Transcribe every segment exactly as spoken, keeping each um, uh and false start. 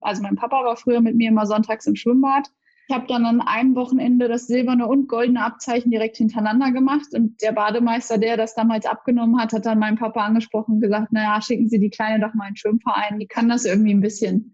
Also mein Papa war früher mit mir immer sonntags im Schwimmbad. Ich habe dann an einem Wochenende das silberne und goldene Abzeichen direkt hintereinander gemacht. Und der Bademeister, der das damals abgenommen hat, hat dann meinen Papa angesprochen und gesagt, naja, schicken Sie die Kleine doch mal in den Schwimmverein. Die kann das irgendwie ein bisschen.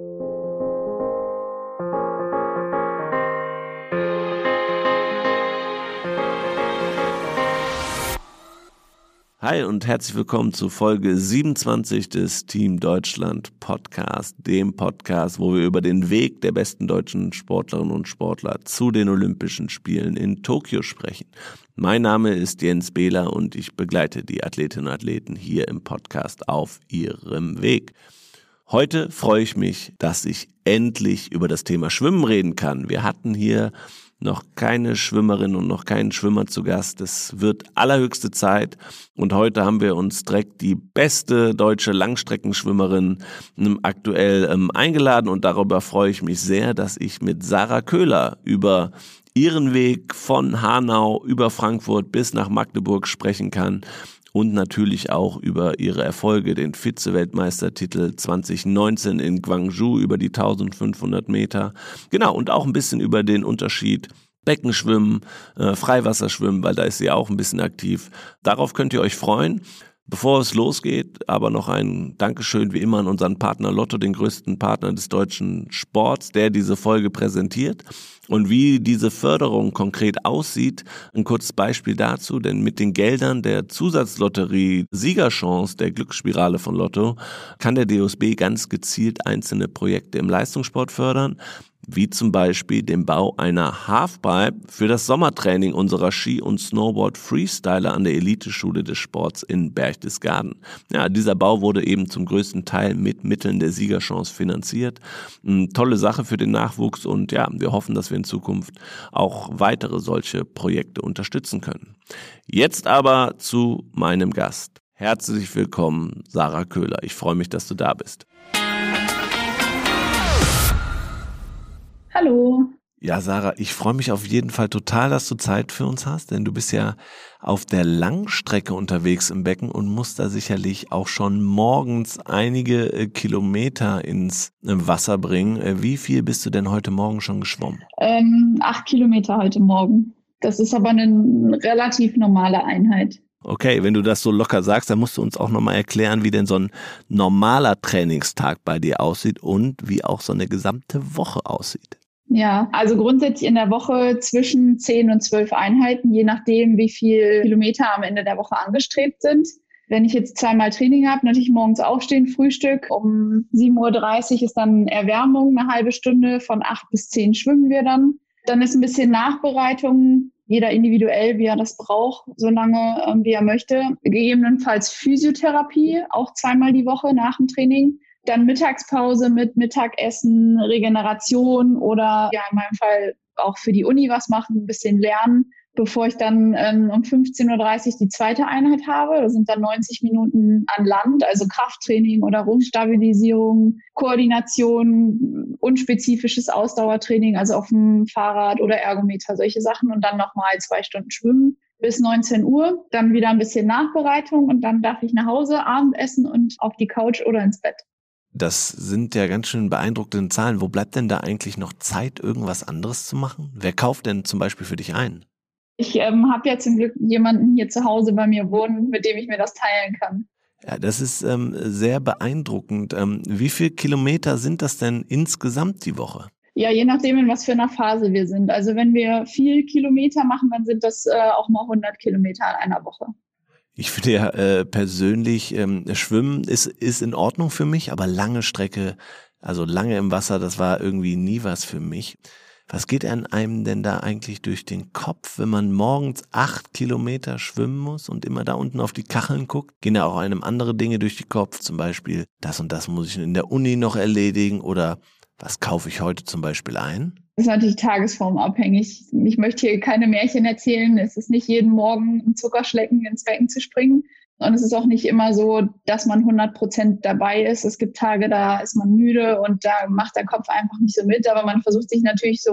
Hi und herzlich willkommen zu Folge siebenundzwanzig des Team Deutschland Podcast, dem Podcast, wo wir über den Weg der besten deutschen Sportlerinnen und Sportler zu den Olympischen Spielen in Tokio sprechen. Mein Name ist Jens Behler und ich begleite die Athletinnen und Athleten hier im Podcast auf ihrem Weg. Heute freue ich mich, dass ich endlich über das Thema Schwimmen reden kann. Wir hatten hier noch keine Schwimmerin und noch keinen Schwimmer zu Gast. Es wird allerhöchste Zeit und heute haben wir uns direkt die beste deutsche Langstreckenschwimmerin ähm, aktuell ähm, eingeladen und darüber freue ich mich sehr, dass ich mit Sarah Köhler über ihren Weg von Hanau über Frankfurt bis nach Magdeburg sprechen kann. Und natürlich auch über ihre Erfolge, den Vize-Weltmeistertitel zwanzig neunzehn in Gwangju über die eintausendfünfhundert Meter. Genau, und auch ein bisschen über den Unterschied Beckenschwimmen, äh, Freiwasserschwimmen, weil da ist sie auch ein bisschen aktiv. Darauf könnt ihr euch freuen. Bevor es losgeht, aber noch ein Dankeschön wie immer an unseren Partner Lotto, den größten Partner des deutschen Sports, der diese Folge präsentiert. Und wie diese Förderung konkret aussieht, ein kurzes Beispiel dazu, denn mit den Geldern der Zusatzlotterie Siegerchance der Glücksspirale von Lotto kann der D O S B ganz gezielt einzelne Projekte im Leistungssport fördern, wie zum Beispiel den Bau einer Halfpipe für das Sommertraining unserer Ski- und Snowboard-Freestyler an der Eliteschule des Sports in Berchtesgaden. Ja, dieser Bau wurde eben zum größten Teil mit Mitteln der Siegerchance finanziert. Eine tolle Sache für den Nachwuchs und ja, wir hoffen, dass wir in Zukunft auch weitere solche Projekte unterstützen können. Jetzt aber zu meinem Gast. Herzlich willkommen, Sarah Köhler. Ich freue mich, dass du da bist. Hallo. Ja, Sarah, ich freue mich auf jeden Fall total, dass du Zeit für uns hast, denn du bist ja auf der Langstrecke unterwegs im Becken und musst da sicherlich auch schon morgens einige äh, Kilometer ins äh, Wasser bringen. Äh, wie viel bist du denn heute Morgen schon geschwommen? Ähm, acht Kilometer heute Morgen. Das ist aber eine relativ normale Einheit. Okay, wenn du das so locker sagst, dann musst du uns auch nochmal erklären, wie denn so ein normaler Trainingstag bei dir aussieht und wie auch so eine gesamte Woche aussieht. Ja, also grundsätzlich in der Woche zwischen zehn und zwölf Einheiten, je nachdem, wie viel Kilometer am Ende der Woche angestrebt sind. Wenn ich jetzt zweimal Training habe, natürlich morgens aufstehen, Frühstück. Um sieben Uhr dreißig ist dann Erwärmung, eine halbe Stunde. Von acht bis zehn schwimmen wir dann. Dann ist ein bisschen Nachbereitung, jeder individuell, wie er das braucht, solange ähm, wie er möchte. Gegebenenfalls Physiotherapie, auch zweimal die Woche nach dem Training. Dann Mittagspause mit Mittagessen, Regeneration oder ja in meinem Fall auch für die Uni was machen, ein bisschen lernen, bevor ich dann ähm, um fünfzehn Uhr dreißig die zweite Einheit habe. Das sind dann neunzig Minuten an Land, also Krafttraining oder Rumpfstabilisierung, Koordination, unspezifisches Ausdauertraining, also auf dem Fahrrad oder Ergometer, solche Sachen und dann nochmal zwei Stunden schwimmen. Bis neunzehn Uhr, dann wieder ein bisschen Nachbereitung und dann darf ich nach Hause, Abendessen und auf die Couch oder ins Bett. Das sind ja ganz schön beeindruckende Zahlen. Wo bleibt denn da eigentlich noch Zeit, irgendwas anderes zu machen? Wer kauft denn zum Beispiel für dich ein? Ich ähm, habe ja zum Glück jemanden hier zu Hause bei mir wohnen, mit dem ich mir das teilen kann. Ja, das ist ähm, sehr beeindruckend. Ähm, wie viele Kilometer sind das denn insgesamt die Woche? Ja, je nachdem, in was für einer Phase wir sind. Also wenn wir viel Kilometer machen, dann sind das äh, auch mal hundert Kilometer in einer Woche. Ich finde ja äh, persönlich, ähm, Schwimmen ist, ist in Ordnung für mich, aber lange Strecke, also lange im Wasser, das war irgendwie nie was für mich. Was geht an einem denn da eigentlich durch den Kopf, wenn man morgens acht Kilometer schwimmen muss und immer da unten auf die Kacheln guckt? Gehen da auch einem andere Dinge durch den Kopf, zum Beispiel das und das muss ich in der Uni noch erledigen oder was kaufe ich heute zum Beispiel ein? Das ist natürlich tagesformabhängig. Ich möchte hier keine Märchen erzählen. Es ist nicht jeden Morgen ein Zuckerschlecken ins Becken zu springen. Und es ist auch nicht immer so, dass man hundert Prozent dabei ist. Es gibt Tage, da ist man müde und da macht der Kopf einfach nicht so mit. Aber man versucht sich natürlich so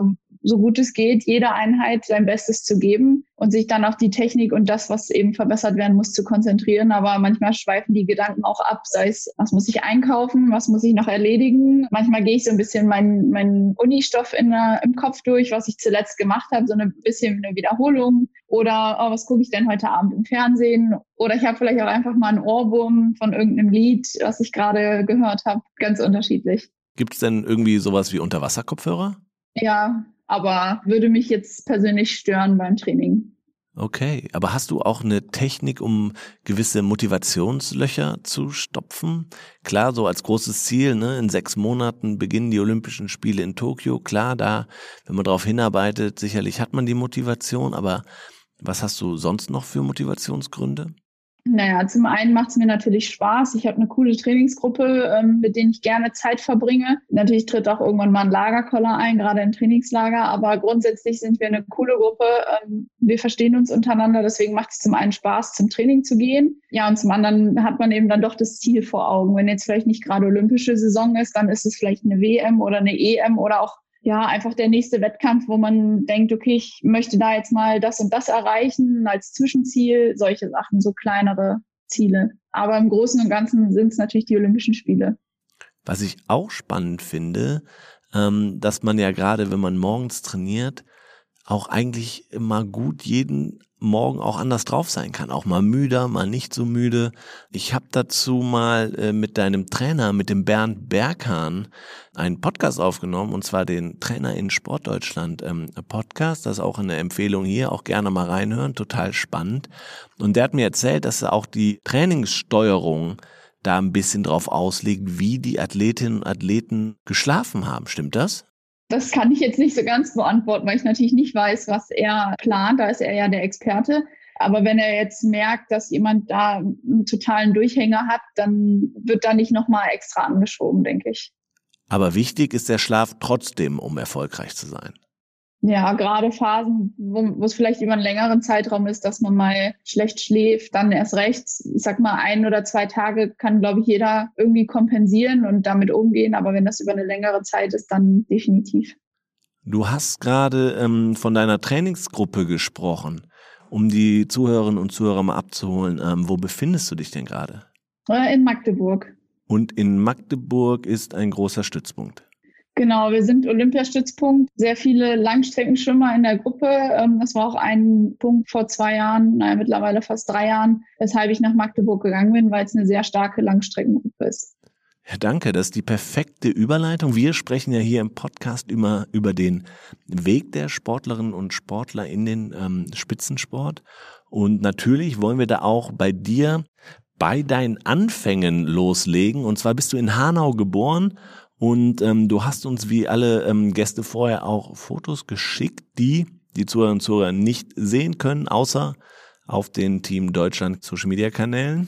so gut es geht, jede Einheit sein Bestes zu geben und sich dann auf die Technik und das, was eben verbessert werden muss, zu konzentrieren. Aber manchmal schweifen die Gedanken auch ab, sei es, was muss ich einkaufen, was muss ich noch erledigen. Manchmal gehe ich so ein bisschen meinen mein Unistoff in der, im Kopf durch, was ich zuletzt gemacht habe, so ein bisschen eine Wiederholung. Oder oh, was gucke ich denn heute Abend im Fernsehen? Oder ich habe vielleicht auch einfach mal einen Ohrwurm von irgendeinem Lied, was ich gerade gehört habe. Ganz unterschiedlich. Gibt es denn irgendwie sowas wie Unterwasserkopfhörer? Ja, aber würde mich jetzt persönlich stören beim Training. Okay, aber hast du auch eine Technik, um gewisse Motivationslöcher zu stopfen? Klar, so als großes Ziel, ne, in sechs Monaten beginnen die Olympischen Spiele in Tokio. Klar, da, wenn man darauf hinarbeitet, sicherlich hat man die Motivation, aber was hast du sonst noch für Motivationsgründe? Naja, zum einen macht es mir natürlich Spaß. Ich habe eine coole Trainingsgruppe, ähm, mit denen ich gerne Zeit verbringe. Natürlich tritt auch irgendwann mal ein Lagerkoller ein, gerade im Trainingslager. Aber grundsätzlich sind wir eine coole Gruppe. Ähm, wir verstehen uns untereinander. Deswegen macht es zum einen Spaß, zum Training zu gehen. Ja, und zum anderen hat man eben dann doch das Ziel vor Augen. Wenn jetzt vielleicht nicht gerade olympische Saison ist, dann ist es vielleicht eine W M oder eine E M oder auch ja, einfach der nächste Wettkampf, wo man denkt, okay, ich möchte da jetzt mal das und das erreichen als Zwischenziel, solche Sachen, so kleinere Ziele. Aber im Großen und Ganzen sind es natürlich die Olympischen Spiele. Was ich auch spannend finde, ähm, dass man ja gerade, wenn man morgens trainiert, auch eigentlich immer gut jeden Morgen auch anders drauf sein kann. Auch mal müder, mal nicht so müde. Ich habe dazu mal äh, mit deinem Trainer, mit dem Bernd Berghahn, einen Podcast aufgenommen, und zwar den Trainer in Sportdeutschland ähm, Podcast. Das ist auch eine Empfehlung hier, auch gerne mal reinhören, total spannend. Und der hat mir erzählt, dass er auch die Trainingssteuerung da ein bisschen drauf auslegt, wie die Athletinnen und Athleten geschlafen haben. Stimmt das? Das kann ich jetzt nicht so ganz beantworten, weil ich natürlich nicht weiß, was er plant. Da ist er ja der Experte. Aber wenn er jetzt merkt, dass jemand da einen totalen Durchhänger hat, dann wird da nicht nochmal extra angeschoben, denke ich. Aber wichtig ist der Schlaf trotzdem, um erfolgreich zu sein. Ja, gerade Phasen, wo, wo es vielleicht über einen längeren Zeitraum ist, dass man mal schlecht schläft, dann erst recht. Ich sag mal, ein oder zwei Tage kann, glaube ich, jeder irgendwie kompensieren und damit umgehen. Aber wenn das über eine längere Zeit ist, dann definitiv. Du hast gerade ähm, von deiner Trainingsgruppe gesprochen, um die Zuhörerinnen und Zuhörer mal abzuholen. Ähm, wo befindest du dich denn gerade? In Magdeburg. Und in Magdeburg ist ein großer Stützpunkt. Genau, wir sind Olympiastützpunkt, sehr viele Langstreckenschwimmer in der Gruppe. Das war auch ein Punkt vor zwei Jahren, naja, mittlerweile fast drei Jahren, weshalb ich nach Magdeburg gegangen bin, weil es eine sehr starke Langstreckengruppe ist. Ja, danke, das ist die perfekte Überleitung. Wir sprechen ja hier im Podcast immer über den Weg der Sportlerinnen und Sportler in den ähm, Spitzensport. Und natürlich wollen wir da auch bei dir bei deinen Anfängen loslegen. Und zwar bist du in Hanau geboren. Und ähm, du hast uns wie alle ähm, Gäste vorher auch Fotos geschickt, die die Zuhörerinnen und Zuhörer nicht sehen können, außer auf den Team Deutschland Social Media Kanälen.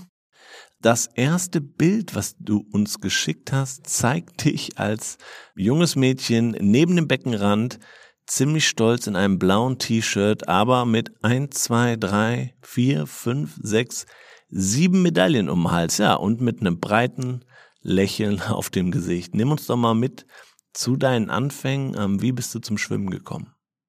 Das erste Bild, was du uns geschickt hast, zeigt dich als junges Mädchen neben dem Beckenrand, ziemlich stolz in einem blauen T-Shirt, aber mit eins, zwei, drei, vier, fünf, sechs, sieben Medaillen um den Hals, ja, und mit einem breiten Lächeln auf dem Gesicht. Nimm uns doch mal mit zu deinen Anfängen. Wie bist du zum Schwimmen gekommen?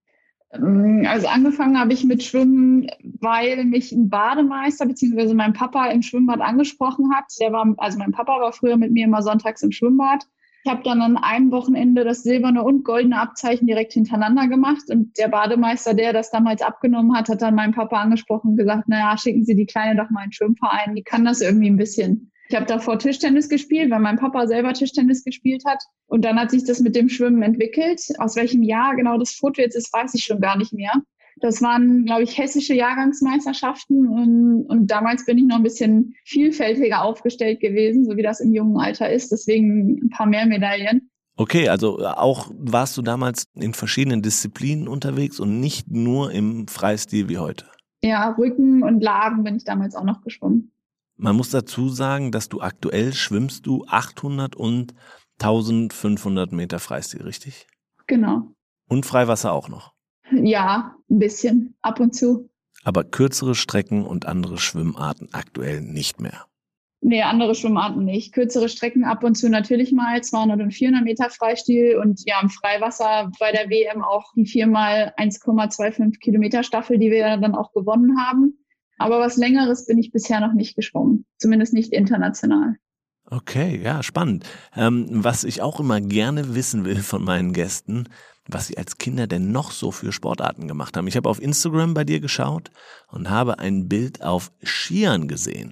Also angefangen habe ich mit Schwimmen, weil mich ein Bademeister bzw. mein Papa im Schwimmbad angesprochen hat. Der war, also mein Papa war früher mit mir immer sonntags im Schwimmbad. Ich habe dann an einem Wochenende das silberne und goldene Abzeichen direkt hintereinander gemacht. Und der Bademeister, der das damals abgenommen hat, hat dann meinen Papa angesprochen und gesagt, naja, schicken Sie die Kleine doch mal in den Schwimmverein. Die kann das irgendwie ein bisschen. Ich habe davor Tischtennis gespielt, weil mein Papa selber Tischtennis gespielt hat. Und dann hat sich das mit dem Schwimmen entwickelt. Aus welchem Jahr genau das Foto jetzt ist, weiß ich schon gar nicht mehr. Das waren, glaube ich, hessische Jahrgangsmeisterschaften. Und, und damals bin ich noch ein bisschen vielfältiger aufgestellt gewesen, so wie das im jungen Alter ist. Deswegen ein paar mehr Medaillen. Okay, also auch warst du damals in verschiedenen Disziplinen unterwegs und nicht nur im Freistil wie heute? Ja, Rücken und Lagen bin ich damals auch noch geschwommen. Man muss dazu sagen, dass du aktuell schwimmst du achthundert und eintausendfünfhundert Meter Freistil, richtig? Genau. Und Freiwasser auch noch? Ja, ein bisschen, ab und zu. Aber kürzere Strecken und andere Schwimmarten aktuell nicht mehr? Nee, andere Schwimmarten nicht. Kürzere Strecken ab und zu natürlich mal, zweihundert und vierhundert Meter Freistil und ja, im Freiwasser bei der W M auch die viermal eins Komma fünfundzwanzig Kilometer Staffel, die wir dann auch gewonnen haben. Aber was Längeres bin ich bisher noch nicht geschwommen, zumindest nicht international. Okay, ja, spannend. Ähm, was ich auch immer gerne wissen will von meinen Gästen, was sie als Kinder denn noch so für Sportarten gemacht haben. Ich habe auf Instagram bei dir geschaut und habe ein Bild auf Skiern gesehen.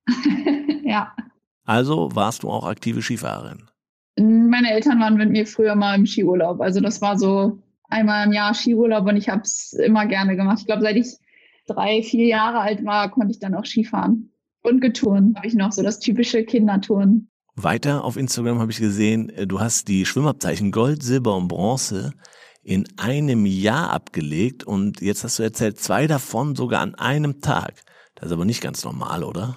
Ja. Also warst du auch aktive Skifahrerin? Meine Eltern waren mit mir früher mal im Skiurlaub. Also das war so einmal im Jahr Skiurlaub und ich habe es immer gerne gemacht. Ich glaube, seit ich drei, vier Jahre alt war, konnte ich dann auch Skifahren. Und geturnt habe ich noch, so das typische Kinderturnen. Weiter auf Instagram habe ich gesehen, du hast die Schwimmabzeichen Gold, Silber und Bronze in einem Jahr abgelegt und jetzt hast du erzählt, zwei davon sogar an einem Tag. Das ist aber nicht ganz normal, oder?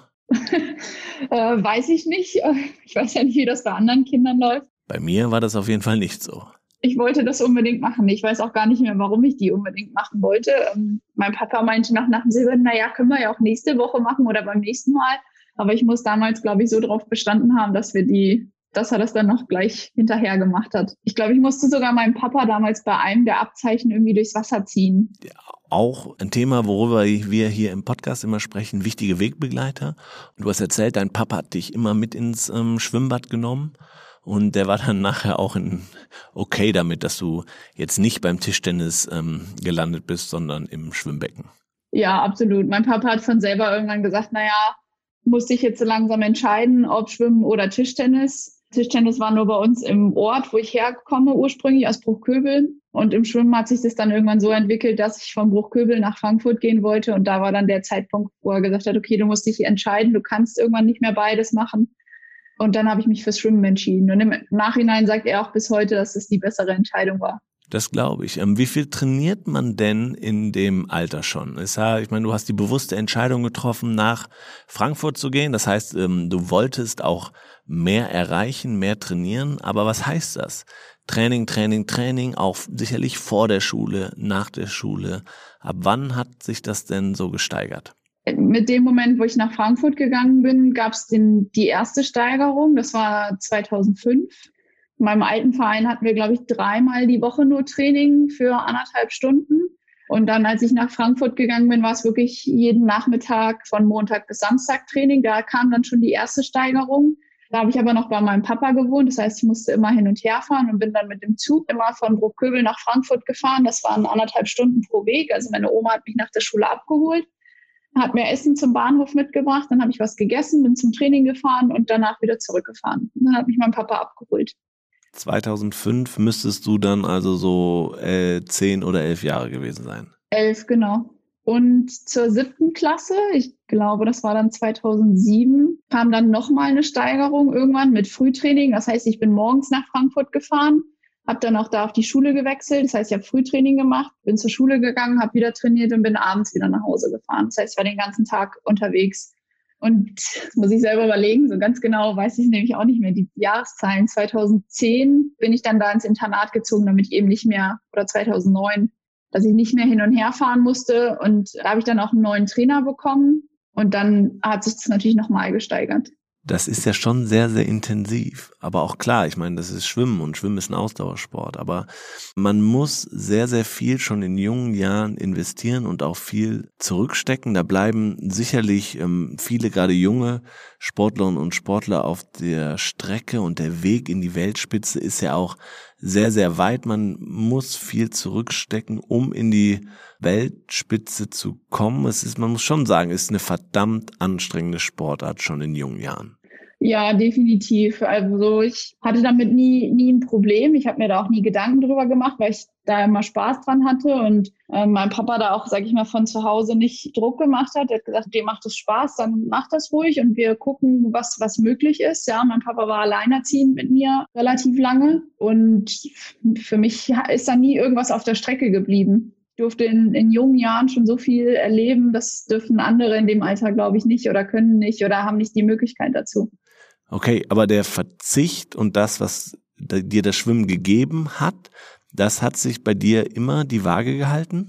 äh, weiß ich nicht. Ich weiß ja nicht, wie das bei anderen Kindern läuft. Bei mir war das auf jeden Fall nicht so. Ich wollte das unbedingt machen. Ich weiß auch gar nicht mehr, warum ich die unbedingt machen wollte. Ähm, mein Papa meinte noch nach dem Silber, naja, können wir ja auch nächste Woche machen oder beim nächsten Mal. Aber ich muss damals, glaube ich, so drauf bestanden haben, dass wir die, dass er das dann noch gleich hinterher gemacht hat. Ich glaube, ich musste sogar meinem Papa damals bei einem der Abzeichen irgendwie durchs Wasser ziehen. Ja, auch ein Thema, worüber wir hier im Podcast immer sprechen, wichtige Wegbegleiter. Und du hast erzählt, dein Papa hat dich immer mit ins ähm, Schwimmbad genommen. Und der war dann nachher auch in okay damit, dass du jetzt nicht beim Tischtennis ähm, gelandet bist, sondern im Schwimmbecken. Ja, absolut. Mein Papa hat von selber irgendwann gesagt, naja, musste ich jetzt so langsam entscheiden, ob Schwimmen oder Tischtennis. Tischtennis war nur bei uns im Ort, wo ich herkomme, ursprünglich aus Bruchköbel. Und im Schwimmen hat sich das dann irgendwann so entwickelt, dass ich von Bruchköbel nach Frankfurt gehen wollte. Und da war dann der Zeitpunkt, wo er gesagt hat, okay, du musst dich entscheiden, du kannst irgendwann nicht mehr beides machen. Und dann habe ich mich fürs Schwimmen entschieden. Und im Nachhinein sagt er auch bis heute, dass es die bessere Entscheidung war. Das glaube ich. Wie viel trainiert man denn in dem Alter schon? Ich meine, du hast die bewusste Entscheidung getroffen, nach Frankfurt zu gehen. Das heißt, du wolltest auch mehr erreichen, mehr trainieren. Aber was heißt das? Training, Training, Training, auch sicherlich vor der Schule, nach der Schule. Ab wann hat sich das denn so gesteigert? Mit dem Moment, wo ich nach Frankfurt gegangen bin, gab es die erste Steigerung. Das war zweitausendfünf. In meinem alten Verein hatten wir, glaube ich, dreimal die Woche nur Training für anderthalb Stunden. Und dann, als ich nach Frankfurt gegangen bin, war es wirklich jeden Nachmittag von Montag bis Samstag Training. Da kam dann schon die erste Steigerung. Da habe ich aber noch bei meinem Papa gewohnt. Das heißt, ich musste immer hin und her fahren und bin dann mit dem Zug immer von Bruchköbel nach Frankfurt gefahren. Das waren anderthalb Stunden pro Weg. Also meine Oma hat mich nach der Schule abgeholt, hat mir Essen zum Bahnhof mitgebracht. Dann habe ich was gegessen, bin zum Training gefahren und danach wieder zurückgefahren. Und dann hat mich mein Papa abgeholt. zweitausendfünf müsstest du dann also so äh, zehn oder elf Jahre gewesen sein. Elf, genau. Und zur siebten Klasse, ich glaube, das war dann zweitausendsieben, kam dann nochmal eine Steigerung irgendwann mit Frühtraining. Das heißt, ich bin morgens nach Frankfurt gefahren, habe dann auch da auf die Schule gewechselt. Das heißt, ich habe Frühtraining gemacht, bin zur Schule gegangen, habe wieder trainiert und bin abends wieder nach Hause gefahren. Das heißt, ich war den ganzen Tag unterwegs. Und das muss ich selber überlegen, so ganz genau weiß ich nämlich auch nicht mehr die Jahreszahlen. zweitausendzehn bin ich dann da ins Internat gezogen, damit ich eben nicht mehr, oder zweitausendneun, dass ich nicht mehr hin und her fahren musste. Und da habe ich dann auch einen neuen Trainer bekommen. Und dann hat sich das natürlich nochmal gesteigert. Das ist ja schon sehr, sehr intensiv. Aber auch klar, ich meine, das ist Schwimmen und Schwimmen ist ein Ausdauersport. Aber man muss sehr, sehr viel schon in jungen Jahren investieren und auch viel zurückstecken. Da bleiben sicherlich ähm, viele, gerade junge Sportlerinnen und Sportler auf der Strecke und der Weg in die Weltspitze ist ja auch sehr, sehr weit. Man muss viel zurückstecken, um in die Weltspitze zu kommen. Es ist, man muss schon sagen, es ist eine verdammt anstrengende Sportart schon in jungen Jahren. Ja, definitiv. Also ich hatte damit nie nie ein Problem. Ich habe mir da auch nie Gedanken drüber gemacht, weil ich da immer Spaß dran hatte und äh, mein Papa da auch, sage ich mal, von zu Hause nicht Druck gemacht hat. Er hat gesagt, dir macht es Spaß, dann mach das ruhig und wir gucken, was was möglich ist. Ja, mein Papa war alleinerziehend mit mir relativ lange und für mich ist da nie irgendwas auf der Strecke geblieben. Ich durfte in, in jungen Jahren schon so viel erleben, das dürfen andere in dem Alter, glaube ich, nicht oder können nicht oder haben nicht die Möglichkeit dazu. Okay, aber der Verzicht und das, was dir das Schwimmen gegeben hat, das hat sich bei dir immer die Waage gehalten?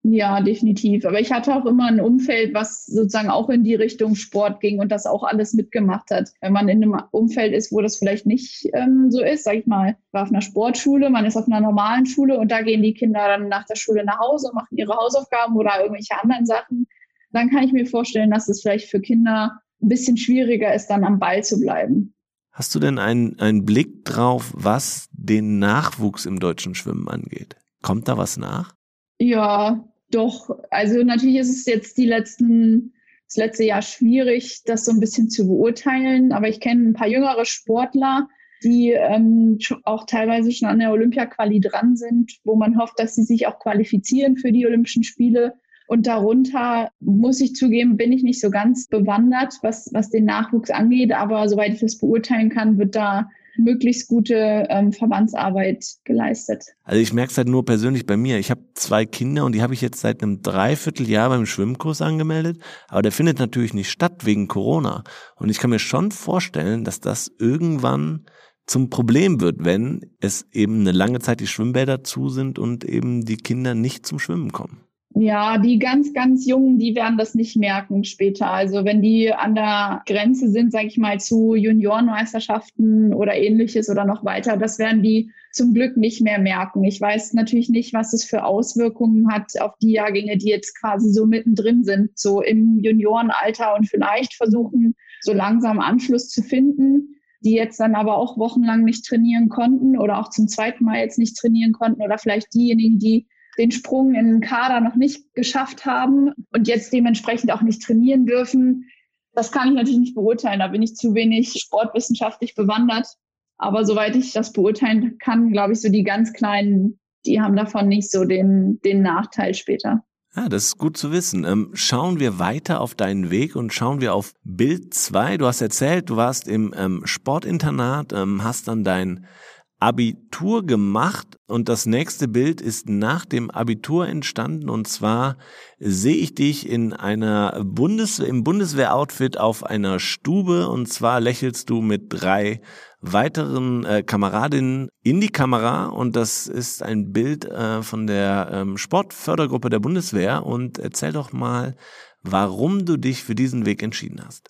Ja, definitiv. Aber ich hatte auch immer ein Umfeld, was sozusagen auch in die Richtung Sport ging und das auch alles mitgemacht hat. Wenn man in einem Umfeld ist, wo das vielleicht nicht ähm, so ist, sag ich mal, war auf einer Sportschule, man ist auf einer normalen Schule und da gehen die Kinder dann nach der Schule nach Hause, machen ihre Hausaufgaben oder irgendwelche anderen Sachen, dann kann ich mir vorstellen, dass es vielleicht für Kinder ein bisschen schwieriger ist, dann am Ball zu bleiben. Hast du denn einen, einen Blick drauf, was den Nachwuchs im deutschen Schwimmen angeht? Kommt da was nach? Ja, doch. Also natürlich ist es jetzt die letzten, das letzte Jahr schwierig, das so ein bisschen zu beurteilen. Aber ich kenne ein paar jüngere Sportler, die ähm, auch teilweise schon an der Olympia-Quali dran sind, wo man hofft, dass sie sich auch qualifizieren für die Olympischen Spiele. Und darunter, muss ich zugeben, bin ich nicht so ganz bewandert, was, was den Nachwuchs angeht. Aber soweit ich das beurteilen kann, wird da möglichst gute ähm, Verbandsarbeit geleistet. Also ich merke es halt nur persönlich bei mir. Ich habe zwei Kinder und die habe ich jetzt seit einem Dreivierteljahr beim Schwimmkurs angemeldet. Aber der findet natürlich nicht statt wegen Corona. Und ich kann mir schon vorstellen, dass das irgendwann zum Problem wird, wenn es eben eine lange Zeit die Schwimmbäder zu sind und eben die Kinder nicht zum Schwimmen kommen. Ja, die ganz, ganz Jungen, die werden das nicht merken später. Also wenn die an der Grenze sind, sage ich mal, zu Juniorenmeisterschaften oder ähnliches oder noch weiter, das werden die zum Glück nicht mehr merken. Ich weiß natürlich nicht, was es für Auswirkungen hat auf die Jahrgänge, die jetzt quasi so mittendrin sind, so im Juniorenalter und vielleicht versuchen, so langsam Anschluss zu finden, die jetzt dann aber auch wochenlang nicht trainieren konnten oder auch zum zweiten Mal jetzt nicht trainieren konnten oder vielleicht diejenigen, die den Sprung in den Kader noch nicht geschafft haben und jetzt dementsprechend auch nicht trainieren dürfen. Das kann ich natürlich nicht beurteilen. Da bin ich zu wenig sportwissenschaftlich bewandert. Aber soweit ich das beurteilen kann, glaube ich, so die ganz Kleinen, die haben davon nicht so den, den Nachteil später. Ja, das ist gut zu wissen. Ähm, schauen wir weiter auf deinen Weg und schauen wir auf Bild zwei. Du hast erzählt, du warst im ähm, Sportinternat, ähm, hast dann dein Abitur gemacht und das nächste Bild ist nach dem Abitur entstanden und zwar sehe ich dich in einer Bundes im Bundeswehroutfit auf einer Stube und zwar lächelst du mit drei weiteren äh, Kameradinnen in die Kamera und das ist ein Bild äh, von der ähm, Sportfördergruppe der Bundeswehr und erzähl doch mal, warum du dich für diesen Weg entschieden hast.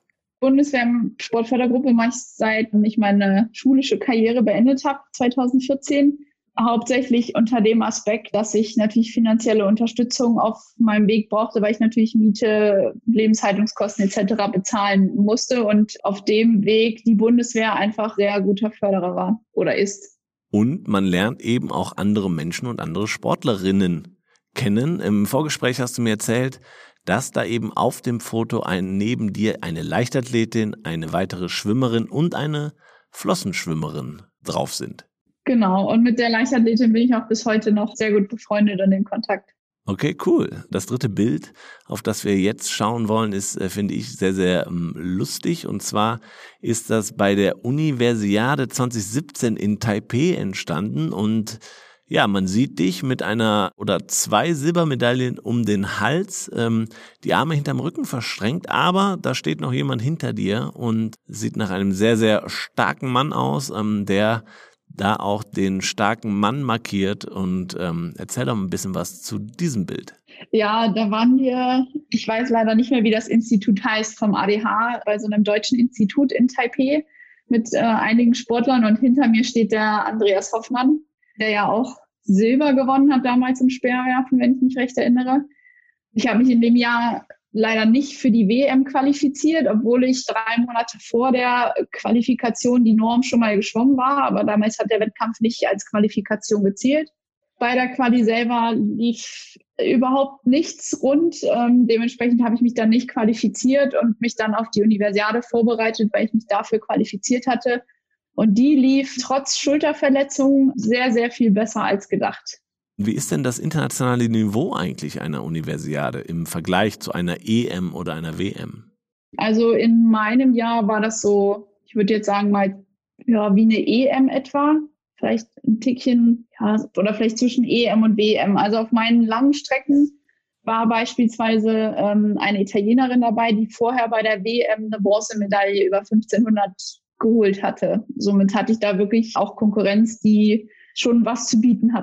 Bundeswehr-Sportfördergruppe mache ich seit ich meine schulische Karriere beendet habe, zwanzig vierzehn. Hauptsächlich unter dem Aspekt, dass ich natürlich finanzielle Unterstützung auf meinem Weg brauchte, weil ich natürlich Miete, Lebenshaltungskosten et cetera bezahlen musste und auf dem Weg die Bundeswehr einfach sehr guter Förderer war oder ist. Und man lernt eben auch andere Menschen und andere Sportlerinnen kennen. Im Vorgespräch hast du mir erzählt, dass da eben auf dem Foto ein, neben dir eine Leichtathletin, eine weitere Schwimmerin und eine Flossenschwimmerin drauf sind. Genau, und mit der Leichtathletin bin ich auch bis heute noch sehr gut befreundet und in Kontakt. Okay, cool. Das dritte Bild, auf das wir jetzt schauen wollen, ist, äh, finde ich, sehr, sehr ähm, lustig. Und zwar ist das bei der Universiade zwanzig siebzehn in Taipei entstanden und ja, man sieht dich mit einer oder zwei Silbermedaillen um den Hals, ähm, die Arme hinterm Rücken verstrengt, aber da steht noch jemand hinter dir und sieht nach einem sehr, sehr starken Mann aus, ähm, der da auch den starken Mann markiert und ähm, erzähl doch ein bisschen was zu diesem Bild. Ja, da waren wir, ich weiß leider nicht mehr, wie das Institut heißt, vom A D H, bei so einem deutschen Institut in Taipei mit äh, einigen Sportlern und hinter mir steht der Andreas Hoffmann, der ja auch Silber gewonnen hat damals im Speerwerfen, wenn ich mich recht erinnere. Ich habe mich in dem Jahr leider nicht für die W M qualifiziert, obwohl ich drei Monate vor der Qualifikation die Norm schon mal geschwommen war, aber damals hat der Wettkampf nicht als Qualifikation gezählt. Bei der Quali selber lief überhaupt nichts rund. Ähm, dementsprechend habe ich mich dann nicht qualifiziert und mich dann auf die Universiade vorbereitet, weil ich mich dafür qualifiziert hatte. Und die lief trotz Schulterverletzungen sehr, sehr viel besser als gedacht. Wie ist denn das internationale Niveau eigentlich einer Universiade im Vergleich zu einer E M oder einer W M? Also in meinem Jahr war das so, ich würde jetzt sagen mal, ja, wie eine E M etwa. Vielleicht ein Tickchen, ja, oder vielleicht zwischen E M und W M. Also auf meinen langen Strecken war beispielsweise ähm, eine Italienerin dabei, die vorher bei der W M eine Bronzemedaille über fünfzehnhundert geholt hatte. Somit hatte ich da wirklich auch Konkurrenz, die schon was zu bieten hatte.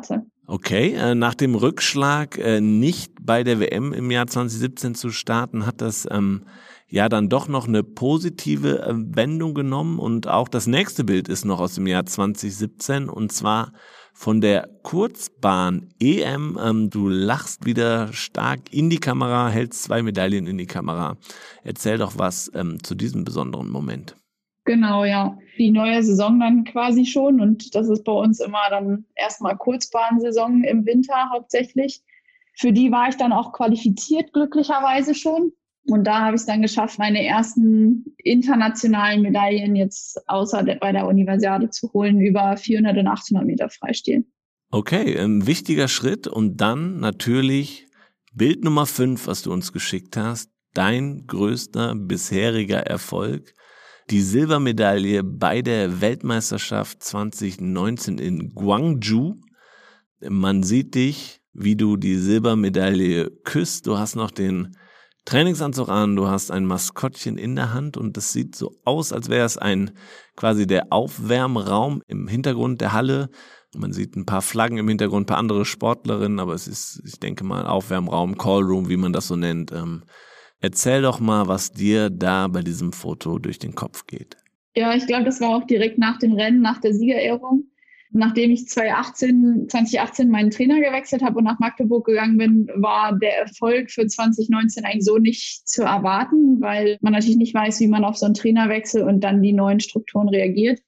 Okay, äh, nach dem Rückschlag äh, nicht bei der W M im Jahr zwanzig siebzehn zu starten, hat das ähm, ja dann doch noch eine positive äh, Wendung genommen und auch das nächste Bild ist noch aus dem Jahr zwanzig siebzehn und zwar von der Kurzbahn-E M. Ähm, du lachst wieder stark in die Kamera, hältst zwei Medaillen in die Kamera. Erzähl doch was ähm, zu diesem besonderen Moment. Genau, ja. Die neue Saison dann quasi schon und das ist bei uns immer dann erstmal Kurzbahnsaison im Winter hauptsächlich. Für die war ich dann auch qualifiziert, glücklicherweise schon. Und da habe ich es dann geschafft, meine ersten internationalen Medaillen jetzt außer der, bei der Universiade zu holen, über vierhundert und achthundert Meter Freistil. Okay, ein wichtiger Schritt und dann natürlich Bild Nummer fünf, was du uns geschickt hast, dein größter bisheriger Erfolg. Die Silbermedaille bei der Weltmeisterschaft zwanzig neunzehn in Gwangju. Man sieht dich, wie du die Silbermedaille küsst. Du hast noch den Trainingsanzug an, du hast ein Maskottchen in der Hand und das sieht so aus, als wäre es ein quasi der Aufwärmraum im Hintergrund der Halle. Man sieht ein paar Flaggen im Hintergrund, ein paar andere Sportlerinnen, aber es ist, ich denke mal, Aufwärmraum, Callroom, wie man das so nennt. Ähm, Erzähl doch mal, was dir da bei diesem Foto durch den Kopf geht. Ja, ich glaube, das war auch direkt nach dem Rennen, nach der Siegerehrung. Nachdem ich zwanzig achtzehn, zwanzig achtzehn meinen Trainer gewechselt habe und nach Magdeburg gegangen bin, war der Erfolg für zwanzig neunzehn eigentlich so nicht zu erwarten, weil man natürlich nicht weiß, wie man auf so einen Trainerwechsel und dann die neuen Strukturen reagiert.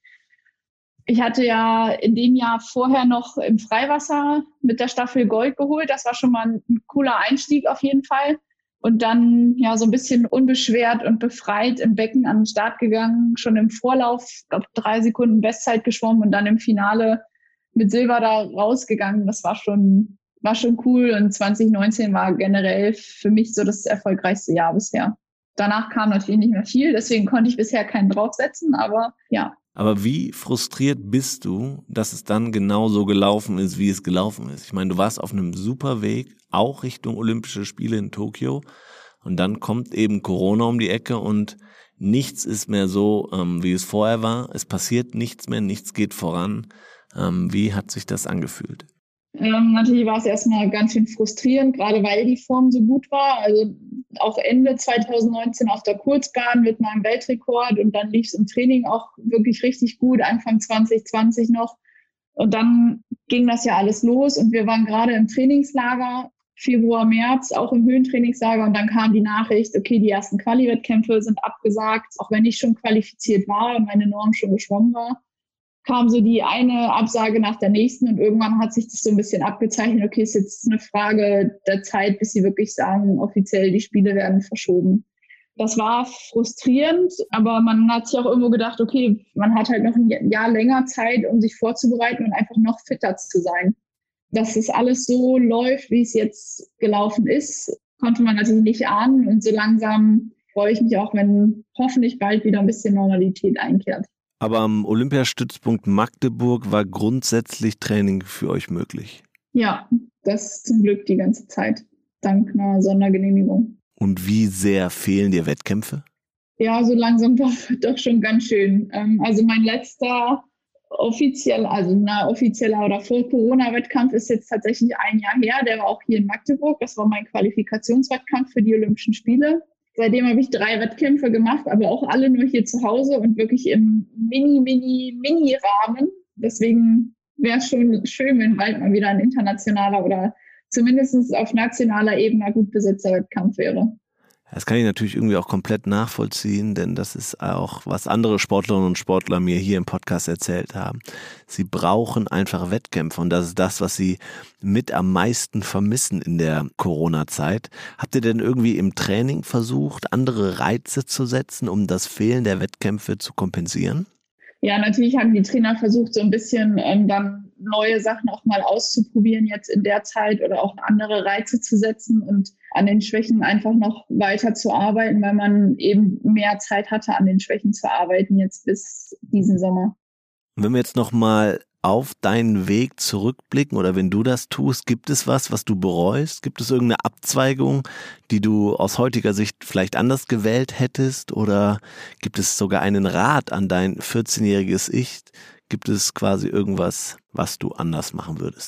Ich hatte ja in dem Jahr vorher noch im Freiwasser mit der Staffel Gold geholt. Das war schon mal ein, ein cooler Einstieg auf jeden Fall. Und dann ja so ein bisschen unbeschwert und befreit im Becken an den Start gegangen, schon im Vorlauf, ich glaube, drei Sekunden Bestzeit geschwommen und dann im Finale mit Silber da rausgegangen. Das war schon, war schon cool und zwanzig neunzehn war generell für mich so das erfolgreichste Jahr bisher. Danach kam natürlich nicht mehr viel, deswegen konnte ich bisher keinen draufsetzen, aber ja. Aber wie frustriert bist du, dass es dann genau so gelaufen ist, wie es gelaufen ist? Ich meine, du warst auf einem super Weg, auch Richtung Olympische Spiele in Tokio. Und dann kommt eben Corona um die Ecke und nichts ist mehr so, ähm, wie es vorher war. Es passiert nichts mehr, nichts geht voran. Ähm, wie hat sich das angefühlt? Ähm, natürlich war es erstmal ganz schön frustrierend, gerade weil die Form so gut war. Also auch Ende zwanzig neunzehn auf der Kurzbahn mit meinem Weltrekord und dann lief es im Training auch wirklich richtig gut, Anfang zwanzig zwanzig noch. Und dann ging das ja alles los und wir waren gerade im Trainingslager, Februar, März, auch im Höhentrainingslager und dann kam die Nachricht, okay, die ersten Quali-Wettkämpfe sind abgesagt, auch wenn ich schon qualifiziert war und meine Norm schon geschwommen war. Kam so die eine Absage nach der nächsten und irgendwann hat sich das so ein bisschen abgezeichnet, okay, ist jetzt eine Frage der Zeit, bis sie wirklich sagen, offiziell die Spiele werden verschoben. Das war frustrierend, aber man hat sich auch irgendwo gedacht, okay, man hat halt noch ein Jahr länger Zeit, um sich vorzubereiten und einfach noch fitter zu sein. Dass es alles so läuft, wie es jetzt gelaufen ist, konnte man natürlich nicht ahnen und so langsam freue ich mich auch, wenn hoffentlich bald wieder ein bisschen Normalität einkehrt. Aber am Olympiastützpunkt Magdeburg war grundsätzlich Training für euch möglich? Ja, das zum Glück die ganze Zeit, dank einer Sondergenehmigung. Und wie sehr fehlen dir Wettkämpfe? Ja, so langsam doch, doch schon ganz schön. Also mein letzter offizieller, also na, offizieller oder Vor-Corona-Wettkampf ist jetzt tatsächlich ein Jahr her. Der war auch hier in Magdeburg. Das war mein Qualifikationswettkampf für die Olympischen Spiele. Seitdem habe ich drei Wettkämpfe gemacht, aber auch alle nur hier zu Hause und wirklich im mini, mini, mini-Rahmen. Deswegen wäre es schon schön, wenn bald mal wieder ein internationaler oder zumindest auf nationaler Ebene gut besetzter Wettkampf wäre. Das kann ich natürlich irgendwie auch komplett nachvollziehen, denn das ist auch, was andere Sportlerinnen und Sportler mir hier im Podcast erzählt haben. Sie brauchen einfach Wettkämpfe und das ist das, was sie mit am meisten vermissen in der Corona-Zeit. Habt ihr denn irgendwie im Training versucht, andere Reize zu setzen, um das Fehlen der Wettkämpfe zu kompensieren? Ja, natürlich haben die Trainer versucht, so ein bisschen ähm, dann neue Sachen auch mal auszuprobieren jetzt in der Zeit oder auch andere Reize zu setzen und an den Schwächen einfach noch weiter zu arbeiten, weil man eben mehr Zeit hatte, an den Schwächen zu arbeiten jetzt bis diesen Sommer. Wenn wir jetzt nochmal auf deinen Weg zurückblicken oder wenn du das tust, gibt es was, was du bereust? Gibt es irgendeine Abzweigung, die du aus heutiger Sicht vielleicht anders gewählt hättest? Oder gibt es sogar einen Rat an dein vierzehnjähriges Ich? Gibt es quasi irgendwas, was du anders machen würdest?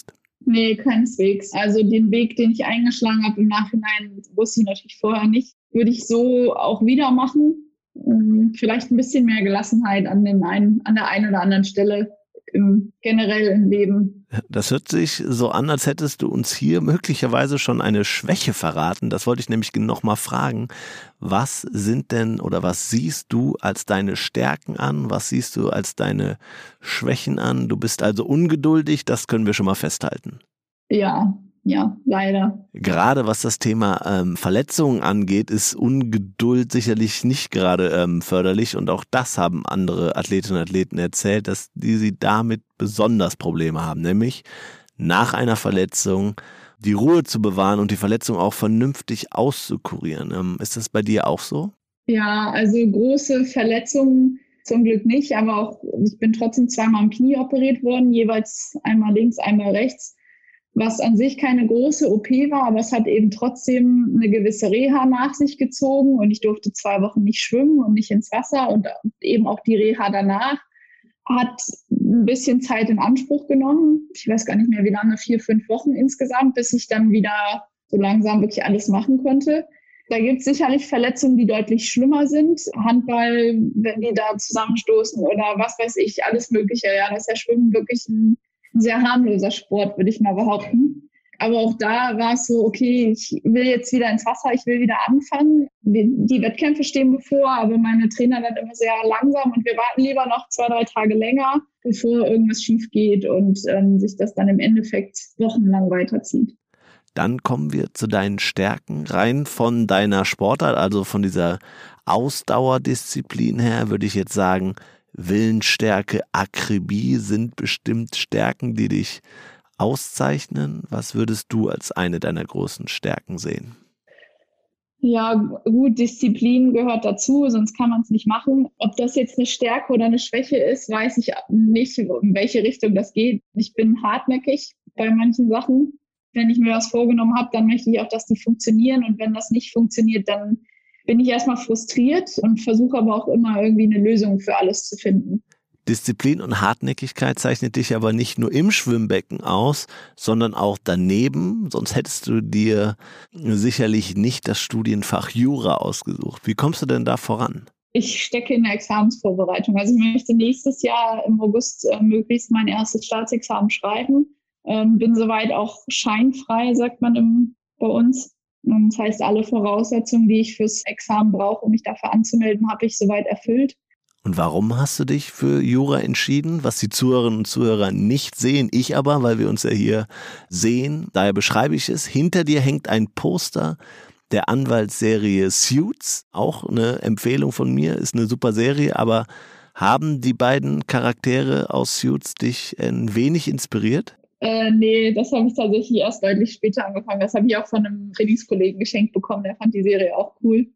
Nee, keineswegs. Also den Weg, den ich eingeschlagen habe im Nachhinein, wusste ich natürlich vorher nicht, würde ich so auch wieder machen. Vielleicht ein bisschen mehr Gelassenheit an, den einen, an der einen oder anderen Stelle im generell im Leben. Das hört sich so an, als hättest du uns hier möglicherweise schon eine Schwäche verraten. Das wollte ich nämlich noch mal fragen. Was sind denn oder was siehst du als deine Stärken an? Was siehst du als deine Schwächen an? Du bist also ungeduldig, das können wir schon mal festhalten. Ja, ja, leider. Gerade was das Thema ähm, Verletzungen angeht, ist Ungeduld sicherlich nicht gerade ähm, förderlich und auch das haben andere Athletinnen und Athleten erzählt, dass die sie damit besonders Probleme haben, nämlich nach einer Verletzung die Ruhe zu bewahren und die Verletzung auch vernünftig auszukurieren. Ähm, ist das bei dir auch so? Ja, also große Verletzungen zum Glück nicht, aber auch ich bin trotzdem zweimal am Knie operiert worden, jeweils einmal links, einmal rechts. Was an sich keine große O P war, aber es hat eben trotzdem eine gewisse Reha nach sich gezogen und ich durfte zwei Wochen nicht schwimmen und nicht ins Wasser und eben auch die Reha danach hat ein bisschen Zeit in Anspruch genommen. Ich weiß gar nicht mehr, wie lange, vier, fünf Wochen insgesamt, bis ich dann wieder so langsam wirklich alles machen konnte. Da gibt es sicherlich Verletzungen, die deutlich schlimmer sind. Handball, wenn die da zusammenstoßen oder was weiß ich, alles Mögliche. Ja, das ist ja Schwimmen wirklich ein ein sehr harmloser Sport, würde ich mal behaupten. Aber auch da war es so, okay, ich will jetzt wieder ins Wasser, ich will wieder anfangen. Die, die Wettkämpfe stehen bevor, aber meine Trainer sind immer sehr langsam und wir warten lieber noch zwei, drei Tage länger, bevor irgendwas schief geht und ähm, sich das dann im Endeffekt wochenlang weiterzieht. Dann kommen wir zu deinen Stärken. Rein von deiner Sportart, also von dieser Ausdauerdisziplin her, würde ich jetzt sagen, Willensstärke, Akribie sind bestimmt Stärken, die dich auszeichnen. Was würdest du als eine deiner großen Stärken sehen? Ja, gut, Disziplin gehört dazu, sonst kann man es nicht machen. Ob das jetzt eine Stärke oder eine Schwäche ist, weiß ich nicht, in welche Richtung das geht. Ich bin hartnäckig bei manchen Sachen. Wenn ich mir was vorgenommen habe, dann möchte ich auch, dass die funktionieren. Und wenn das nicht funktioniert, dann bin ich erstmal frustriert und versuche aber auch immer irgendwie eine Lösung für alles zu finden. Disziplin und Hartnäckigkeit zeichnet dich aber nicht nur im Schwimmbecken aus, sondern auch daneben. Sonst hättest du dir sicherlich nicht das Studienfach Jura ausgesucht. Wie kommst du denn da voran? Ich stecke in der Examensvorbereitung. Also ich möchte nächstes Jahr im August äh, möglichst mein erstes Staatsexamen schreiben. Ähm, bin soweit auch scheinfrei, sagt man im, bei uns. Das heißt, alle Voraussetzungen, die ich fürs Examen brauche, um mich dafür anzumelden, habe ich soweit erfüllt. Und warum hast du dich für Jura entschieden? Was die Zuhörerinnen und Zuhörer nicht sehen, ich aber, weil wir uns ja hier sehen. Daher beschreibe ich es. Hinter dir hängt ein Poster der Anwaltsserie Suits. Auch eine Empfehlung von mir, ist eine super Serie. Aber haben die beiden Charaktere aus Suits dich ein wenig inspiriert? Äh, nee, das habe ich tatsächlich erst deutlich später angefangen. Das habe ich auch von einem Trainingskollegen geschenkt bekommen. Der fand die Serie auch cool.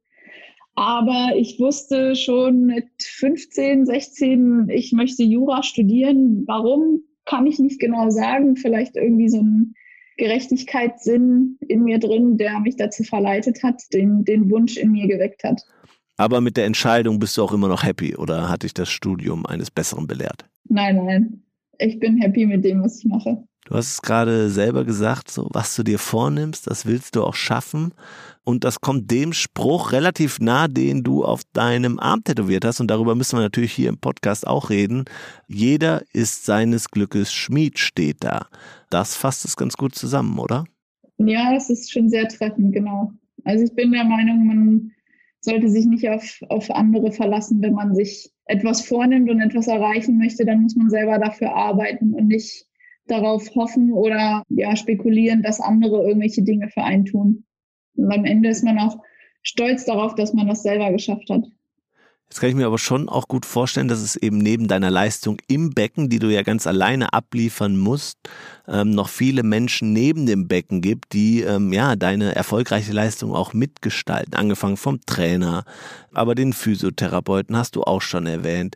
Aber ich wusste schon mit fünfzehn, sechzehn, ich möchte Jura studieren. Warum, kann ich nicht genau sagen. Vielleicht irgendwie so ein Gerechtigkeitssinn in mir drin, der mich dazu verleitet hat, den, den Wunsch in mir geweckt hat. Aber mit der Entscheidung bist du auch immer noch happy oder hat dich das Studium eines Besseren belehrt? Nein, nein. Ich bin happy mit dem, was ich mache. Du hast es gerade selber gesagt, so was du dir vornimmst, das willst du auch schaffen. Und das kommt dem Spruch relativ nah, den du auf deinem Arm tätowiert hast. Und darüber müssen wir natürlich hier im Podcast auch reden. Jeder ist seines Glückes Schmied, steht da. Das fasst es ganz gut zusammen, oder? Ja, es ist schon sehr treffend, genau. Also ich bin der Meinung, man sollte sich nicht auf, auf andere verlassen. Wenn man sich etwas vornimmt und etwas erreichen möchte, dann muss man selber dafür arbeiten und nicht darauf hoffen oder ja, spekulieren, dass andere irgendwelche Dinge für einen tun. Und am Ende ist man auch stolz darauf, dass man das selber geschafft hat. Jetzt kann ich mir aber schon auch gut vorstellen, dass es eben neben deiner Leistung im Becken, die du ja ganz alleine abliefern musst, ähm, noch viele Menschen neben dem Becken gibt, die ähm, ja deine erfolgreiche Leistung auch mitgestalten. Angefangen vom Trainer, aber den Physiotherapeuten hast du auch schon erwähnt.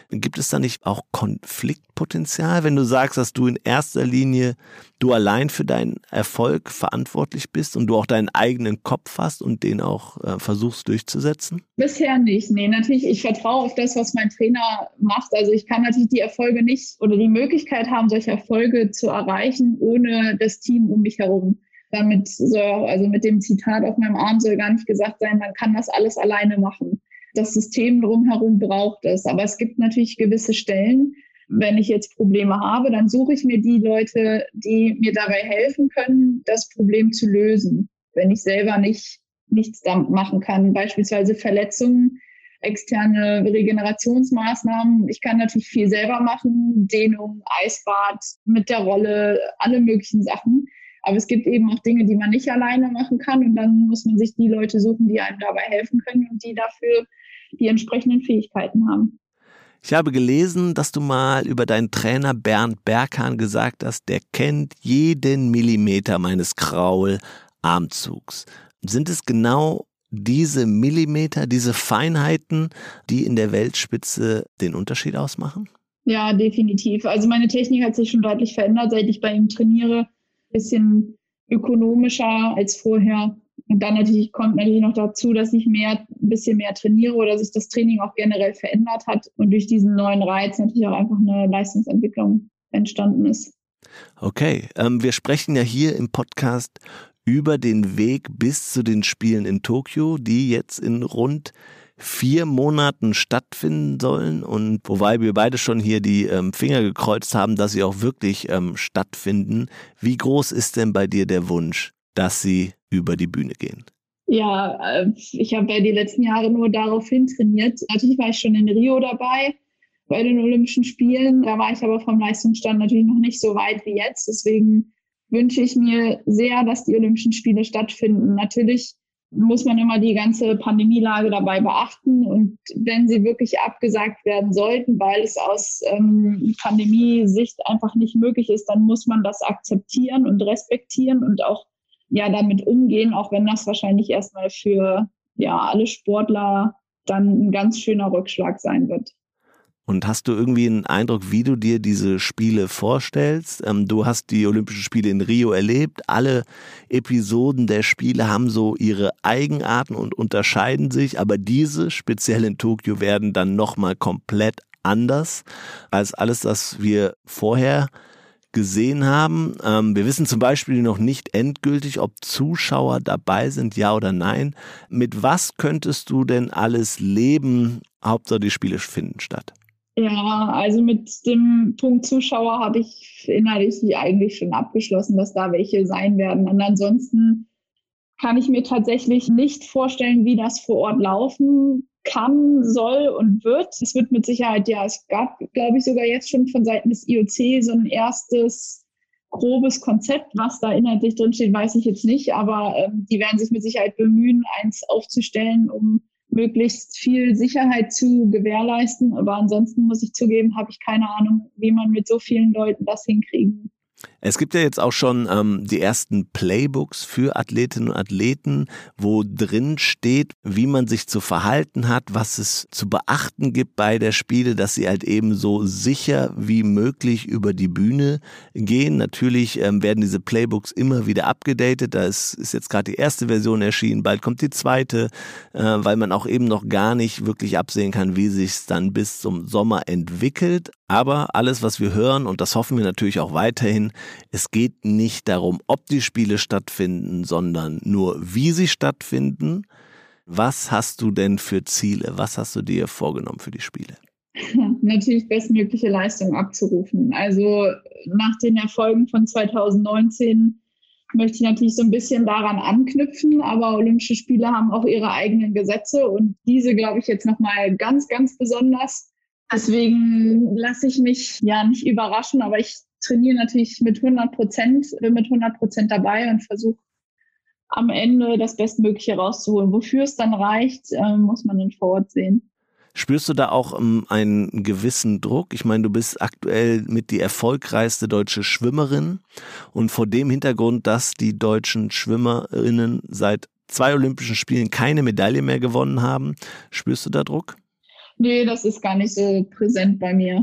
Gibt es da nicht auch Konfliktpotenzial, wenn du sagst, dass du in erster Linie du allein für deinen Erfolg verantwortlich bist und du auch deinen eigenen Kopf hast und den auch äh, versuchst durchzusetzen? Bisher nicht. Nee, natürlich, ich vertraue auf das, was mein Trainer macht. Also ich kann natürlich die Erfolge nicht oder die Möglichkeit haben, solche Erfolge zu erreichen, ohne das Team um mich herum. Damit soll, also mit dem Zitat auf meinem Arm soll gar nicht gesagt sein, man kann das alles alleine machen. Das System drumherum braucht es. Aber es gibt natürlich gewisse Stellen, wenn ich jetzt Probleme habe, dann suche ich mir die Leute, die mir dabei helfen können, das Problem zu lösen. Wenn ich selber nicht nichts damit machen kann, beispielsweise Verletzungen, externe Regenerationsmaßnahmen. Ich kann natürlich viel selber machen, Dehnung, Eisbad, mit der Rolle, alle möglichen Sachen. Aber es gibt eben auch Dinge, die man nicht alleine machen kann und dann muss man sich die Leute suchen, die einem dabei helfen können und die dafür die entsprechenden Fähigkeiten haben. Ich habe gelesen, dass du mal über deinen Trainer Bernd Berghahn gesagt hast, der kennt jeden Millimeter meines Kraularmzugs. Sind es genau diese Millimeter, diese Feinheiten, die in der Weltspitze den Unterschied ausmachen? Ja, definitiv. Also meine Technik hat sich schon deutlich verändert, seit ich bei ihm trainiere. Bisschen ökonomischer als vorher. Und dann natürlich kommt natürlich noch dazu, dass ich mehr, ein bisschen mehr trainiere oder sich das Training auch generell verändert hat und durch diesen neuen Reiz natürlich auch einfach eine Leistungsentwicklung entstanden ist. Okay, ähm, wir sprechen ja hier im Podcast über den Weg bis zu den Spielen in Tokio, die jetzt in rund vier Monaten stattfinden sollen und wobei wir beide schon hier die ähm, Finger gekreuzt haben, dass sie auch wirklich ähm, stattfinden. Wie groß ist denn bei dir der Wunsch, dass sie über die Bühne gehen? Ja, äh, ich habe ja die letzten Jahre nur daraufhin trainiert. Natürlich war ich schon in Rio dabei bei den Olympischen Spielen. Da war ich aber vom Leistungsstand natürlich noch nicht so weit wie jetzt. Deswegen wünsche ich mir sehr, dass die Olympischen Spiele stattfinden. Natürlich muss man immer die ganze Pandemielage dabei beachten. Und wenn sie wirklich abgesagt werden sollten, weil es aus ähm, Pandemiesicht einfach nicht möglich ist, dann muss man das akzeptieren und respektieren und auch ja damit umgehen, auch wenn das wahrscheinlich erstmal für ja alle Sportler dann ein ganz schöner Rückschlag sein wird. Und hast du irgendwie einen Eindruck, wie du dir diese Spiele vorstellst? Ähm, du hast die Olympischen Spiele in Rio erlebt. Alle Episoden der Spiele haben so ihre Eigenarten und unterscheiden sich. Aber diese, speziell in Tokio, werden dann nochmal komplett anders als alles, was wir vorher gesehen haben. Ähm, wir wissen zum Beispiel noch nicht endgültig, ob Zuschauer dabei sind, ja oder nein. Mit was könntest du denn alles leben? Hauptsache die Spiele finden statt. Ja, also mit dem Punkt Zuschauer habe ich innerlich eigentlich schon abgeschlossen, dass da welche sein werden. Und ansonsten kann ich mir tatsächlich nicht vorstellen, wie das vor Ort laufen kann, soll und wird. Es wird mit Sicherheit, ja, es gab, glaube ich, sogar jetzt schon von Seiten des I O C so ein erstes grobes Konzept. Was da inhaltlich drinsteht, weiß ich jetzt nicht, aber ähm, die werden sich mit Sicherheit bemühen, eins aufzustellen, um möglichst viel Sicherheit zu gewährleisten. Aber ansonsten muss ich zugeben, habe ich keine Ahnung, wie man mit so vielen Leuten das hinkriegen. Es gibt ja jetzt auch schon ähm, die ersten Playbooks für Athletinnen und Athleten, wo drin steht, wie man sich zu verhalten hat, was es zu beachten gibt bei der Spiele, dass sie halt eben so sicher wie möglich über die Bühne gehen. Natürlich ähm, werden diese Playbooks immer wieder abgedatet. Da ist, ist jetzt gerade die erste Version erschienen, bald kommt die zweite, äh, weil man auch eben noch gar nicht wirklich absehen kann, wie sich es dann bis zum Sommer entwickelt. Aber alles, was wir hören, und das hoffen wir natürlich auch weiterhin, es geht nicht darum, ob die Spiele stattfinden, sondern nur, wie sie stattfinden. Was hast du denn für Ziele? Was hast du dir vorgenommen für die Spiele? Natürlich bestmögliche Leistung abzurufen. Also nach den Erfolgen von zwanzig neunzehn möchte ich natürlich so ein bisschen daran anknüpfen, aber Olympische Spiele haben auch ihre eigenen Gesetze und diese, glaube ich, jetzt nochmal ganz, ganz besonders. Deswegen lasse ich mich ja nicht überraschen, aber ich trainiere natürlich mit hundert Prozent, bin mit hundert Prozent dabei und versuche am Ende das Bestmögliche rauszuholen. Wofür es dann reicht, äh, muss man dann vor Ort sehen. Spürst du da auch ähm, einen gewissen Druck? Ich meine, du bist aktuell mit die erfolgreichste deutsche Schwimmerin und vor dem Hintergrund, dass die deutschen Schwimmerinnen seit zwei Olympischen Spielen keine Medaille mehr gewonnen haben, spürst du da Druck? Nee, das ist gar nicht so präsent bei mir.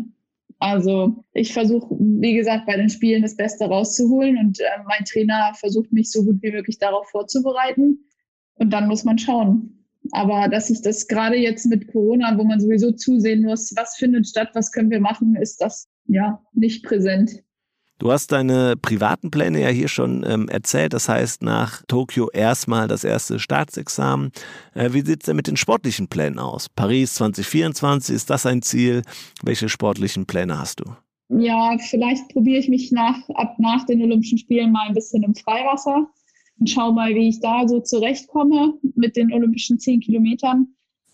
Also ich versuche, wie gesagt, bei den Spielen das Beste rauszuholen und äh, mein Trainer versucht mich so gut wie möglich darauf vorzubereiten und dann muss man schauen. Aber dass ich das gerade jetzt mit Corona, wo man sowieso zusehen muss, was findet statt, was können wir machen, ist das ja nicht präsent. Du hast deine privaten Pläne ja hier schon ähm, erzählt, das heißt nach Tokio erstmal das erste Staatsexamen. Äh, wie sieht es denn mit den sportlichen Plänen aus? Paris zwanzig vierundzwanzig, ist das ein Ziel? Welche sportlichen Pläne hast du? Ja, vielleicht probiere ich mich nach, ab nach den Olympischen Spielen mal ein bisschen im Freiwasser und schaue mal, wie ich da so zurechtkomme mit den Olympischen zehn Kilometern.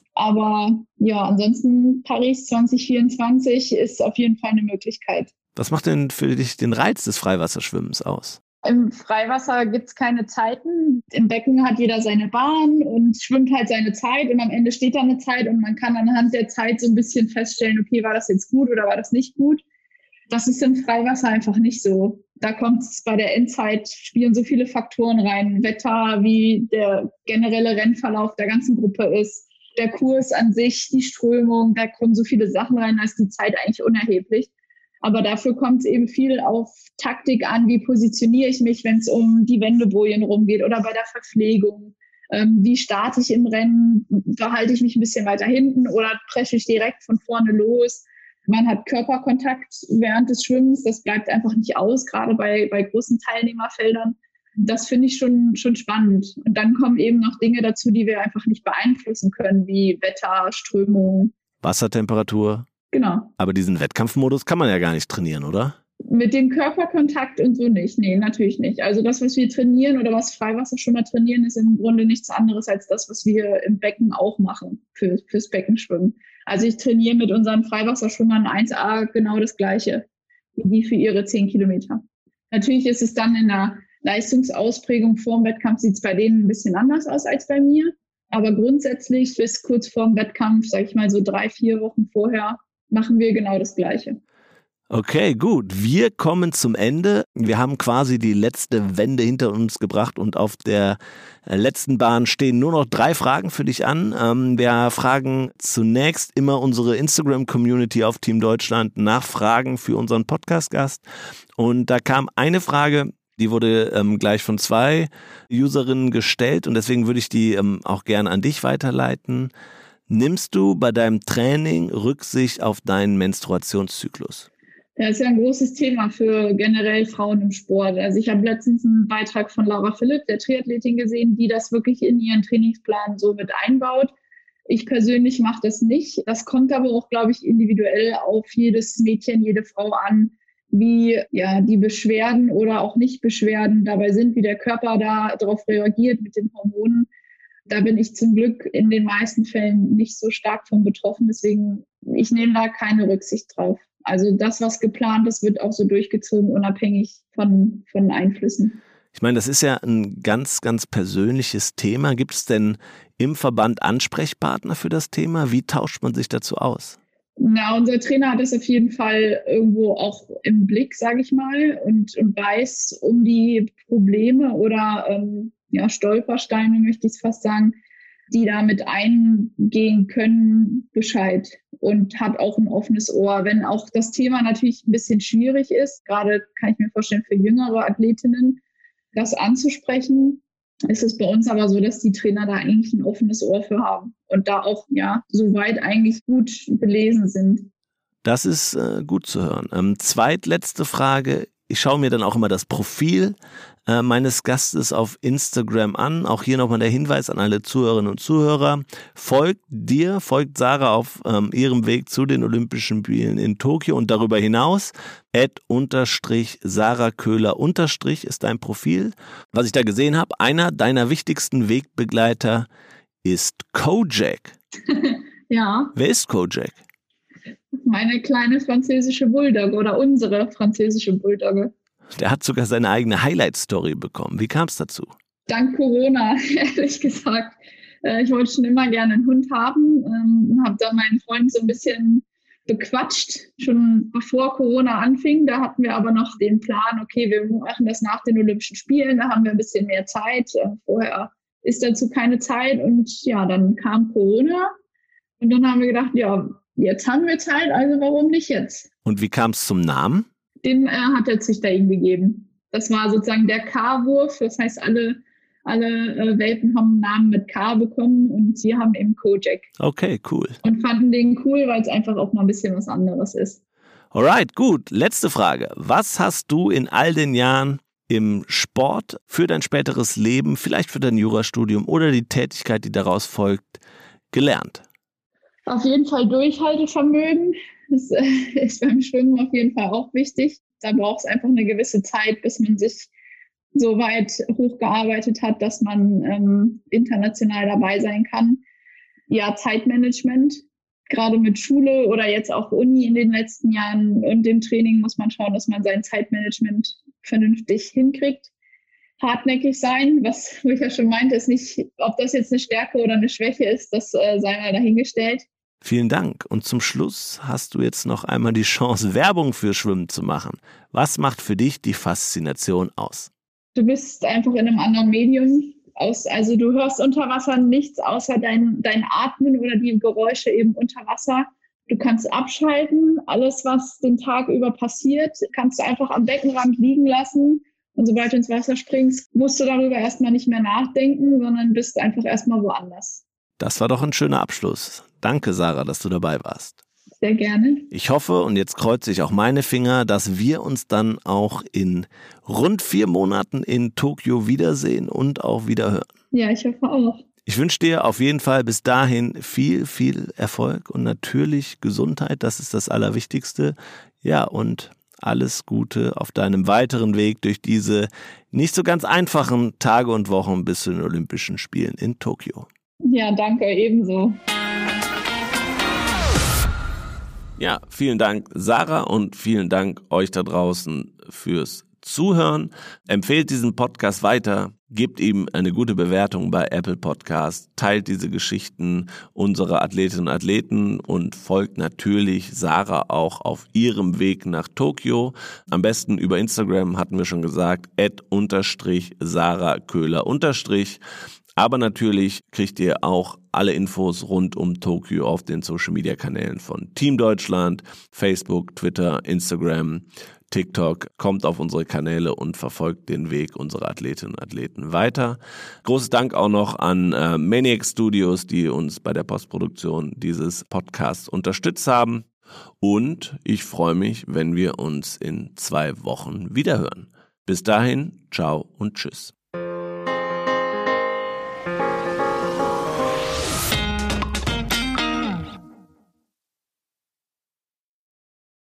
Aber ja, ansonsten Paris zwanzig vierundzwanzig ist auf jeden Fall eine Möglichkeit. Was macht denn für dich den Reiz des Freiwasserschwimmens aus? Im Freiwasser gibt es keine Zeiten. Im Becken hat jeder seine Bahn und schwimmt halt seine Zeit und am Ende steht da eine Zeit und man kann anhand der Zeit so ein bisschen feststellen, okay, war das jetzt gut oder war das nicht gut? Das ist im Freiwasser einfach nicht so. Da kommt es bei der Endzeit, spielen so viele Faktoren rein. Wetter, wie der generelle Rennverlauf der ganzen Gruppe ist, der Kurs an sich, die Strömung, da kommen so viele Sachen rein, da ist die Zeit eigentlich unerheblich. Aber dafür kommt es eben viel auf Taktik an, wie positioniere ich mich, wenn es um die Wendebojen rumgeht oder bei der Verpflegung. Ähm, wie starte ich im Rennen? Verhalte ich mich ein bisschen weiter hinten oder presche ich direkt von vorne los? Man hat Körperkontakt während des Schwimmens, das bleibt einfach nicht aus, gerade bei, bei großen Teilnehmerfeldern. Das finde ich schon, schon spannend. Und dann kommen eben noch Dinge dazu, die wir einfach nicht beeinflussen können, wie Wetter, Strömung. Wassertemperatur. Genau. Aber diesen Wettkampfmodus kann man ja gar nicht trainieren, oder? Mit dem Körperkontakt und so nicht. Nee, natürlich nicht. Also das, was wir trainieren oder was Freiwasser schon mal trainieren, ist im Grunde nichts anderes als das, was wir im Becken auch machen für, fürs Beckenschwimmen. Also ich trainiere mit unseren Freiwasserschwimmern eins A genau das Gleiche wie die für ihre zehn Kilometer. Natürlich ist es dann in der Leistungsausprägung vor dem Wettkampf, sieht es bei denen ein bisschen anders aus als bei mir. Aber grundsätzlich bis kurz vor dem Wettkampf, sage ich mal so drei, vier Wochen vorher, machen wir genau das Gleiche. Okay, gut. Wir kommen zum Ende. Wir haben quasi die letzte Wende hinter uns gebracht und auf der letzten Bahn stehen nur noch drei Fragen für dich an. Wir fragen zunächst immer unsere Instagram-Community auf Team Deutschland nach Fragen für unseren Podcast-Gast. Und da kam eine Frage, die wurde ähm, gleich von zwei Userinnen gestellt und deswegen würde ich die ähm, auch gerne an dich weiterleiten. Nimmst du bei deinem Training Rücksicht auf deinen Menstruationszyklus? Das ist ja ein großes Thema für generell Frauen im Sport. Also ich habe letztens einen Beitrag von Laura Philipp, der Triathletin, gesehen, die das wirklich in ihren Trainingsplan so mit einbaut. Ich persönlich mache das nicht. Das kommt aber auch, glaube ich, individuell auf jedes Mädchen, jede Frau an, wie ja die Beschwerden oder auch Nicht-Beschwerden dabei sind, wie der Körper da darauf reagiert mit den Hormonen. Da bin ich zum Glück in den meisten Fällen nicht so stark von betroffen. Deswegen, ich nehme da keine Rücksicht drauf. Also das, was geplant ist, wird auch so durchgezogen, unabhängig von, von Einflüssen. Ich meine, das ist ja ein ganz, ganz persönliches Thema. Gibt es denn im Verband Ansprechpartner für das Thema? Wie tauscht man sich dazu aus? Na, unser Trainer hat das auf jeden Fall irgendwo auch im Blick, sage ich mal, und, und weiß um die Probleme oder ähm, ja, Stolpersteine, möchte ich es fast sagen, die damit eingehen können, Bescheid und hat auch ein offenes Ohr. Wenn auch das Thema natürlich ein bisschen schwierig ist, gerade kann ich mir vorstellen, für jüngere Athletinnen das anzusprechen, ist es bei uns aber so, dass die Trainer da eigentlich ein offenes Ohr für haben und da auch ja soweit eigentlich gut belesen sind. Das ist äh, gut zu hören. Ähm, zweitletzte Frage. Ich schaue mir dann auch immer das Profil äh, meines Gastes auf Instagram an. Auch hier nochmal der Hinweis an alle Zuhörerinnen und Zuhörer. Folgt dir, folgt Sarah auf ähm, ihrem Weg zu den Olympischen Spielen in Tokio und darüber hinaus at unterstrich Sarah Köhler unterstrich ist dein Profil. Was ich da gesehen habe, einer deiner wichtigsten Wegbegleiter ist Kojak. Ja. Wer ist Kojak? Meine kleine französische Bulldogge oder unsere französische Bulldogge. Der hat sogar seine eigene Highlight-Story bekommen. Wie kam es dazu? Dank Corona, ehrlich gesagt. Ich wollte schon immer gerne einen Hund haben und habe da meinen Freund so ein bisschen bequatscht, schon bevor Corona anfing. Da hatten wir aber noch den Plan, okay, wir machen das nach den Olympischen Spielen, da haben wir ein bisschen mehr Zeit. Vorher ist dazu keine Zeit und ja, dann kam Corona. Und dann haben wir gedacht, ja, jetzt haben wir Zeit, also warum nicht jetzt? Und wie kam es zum Namen? Den äh, hat der Züchter ihm gegeben. Das war sozusagen der K-Wurf. Das heißt, alle, alle äh, Welpen haben einen Namen mit K bekommen und sie haben eben Kojak. Okay, cool. Und fanden den cool, weil es einfach auch mal ein bisschen was anderes ist. Alright, gut. Letzte Frage. Was hast du in all den Jahren im Sport für dein späteres Leben, vielleicht für dein Jurastudium oder die Tätigkeit, die daraus folgt, gelernt? Auf jeden Fall Durchhaltevermögen. Das ist beim Schwimmen auf jeden Fall auch wichtig. Da braucht es einfach eine gewisse Zeit, bis man sich so weit hochgearbeitet hat, dass man ähm, international dabei sein kann. Ja, Zeitmanagement, gerade mit Schule oder jetzt auch Uni in den letzten Jahren und dem Training muss man schauen, dass man sein Zeitmanagement vernünftig hinkriegt. Hartnäckig sein, was ich ja schon meinte, ist nicht, ob das jetzt eine Stärke oder eine Schwäche ist, das äh, sei mal dahingestellt. Vielen Dank. Und zum Schluss hast du jetzt noch einmal die Chance, Werbung für Schwimmen zu machen. Was macht für dich die Faszination aus? Du bist einfach in einem anderen Medium. Aus, also du hörst unter Wasser nichts außer dein, dein Atmen oder die Geräusche eben unter Wasser. Du kannst abschalten. Alles, was den Tag über passiert, kannst du einfach am Beckenrand liegen lassen. Und sobald du ins Wasser springst, musst du darüber erstmal nicht mehr nachdenken, sondern bist einfach erstmal woanders. Das war doch ein schöner Abschluss. Danke, Sarah, dass du dabei warst. Sehr gerne. Ich hoffe, und jetzt kreuze ich auch meine Finger, dass wir uns dann auch in rund vier Monaten in Tokio wiedersehen und auch wieder hören. Ja, ich hoffe auch. Ich wünsche dir auf jeden Fall bis dahin viel, viel Erfolg und natürlich Gesundheit. Das ist das Allerwichtigste. Ja, und alles Gute auf deinem weiteren Weg durch diese nicht so ganz einfachen Tage und Wochen bis zu den Olympischen Spielen in Tokio. Ja, danke, ebenso. Ja, vielen Dank, Sarah, und vielen Dank euch da draußen fürs Zuhören. Empfehlt diesen Podcast weiter, gebt ihm eine gute Bewertung bei Apple Podcast, teilt diese Geschichten unserer Athletinnen und Athleten und folgt natürlich Sarah auch auf ihrem Weg nach Tokio. Am besten über Instagram, hatten wir schon gesagt, at unterstrich Sarah Köhler unterstrich. Aber natürlich kriegt ihr auch alle Infos rund um Tokio auf den Social-Media-Kanälen von Team Deutschland, Facebook, Twitter, Instagram, TikTok. Kommt auf unsere Kanäle und verfolgt den Weg unserer Athletinnen und Athleten weiter. Großes Dank auch noch an äh, Maniac Studios, die uns bei der Postproduktion dieses Podcasts unterstützt haben. Und ich freue mich, wenn wir uns in zwei Wochen wiederhören. Bis dahin, ciao und tschüss.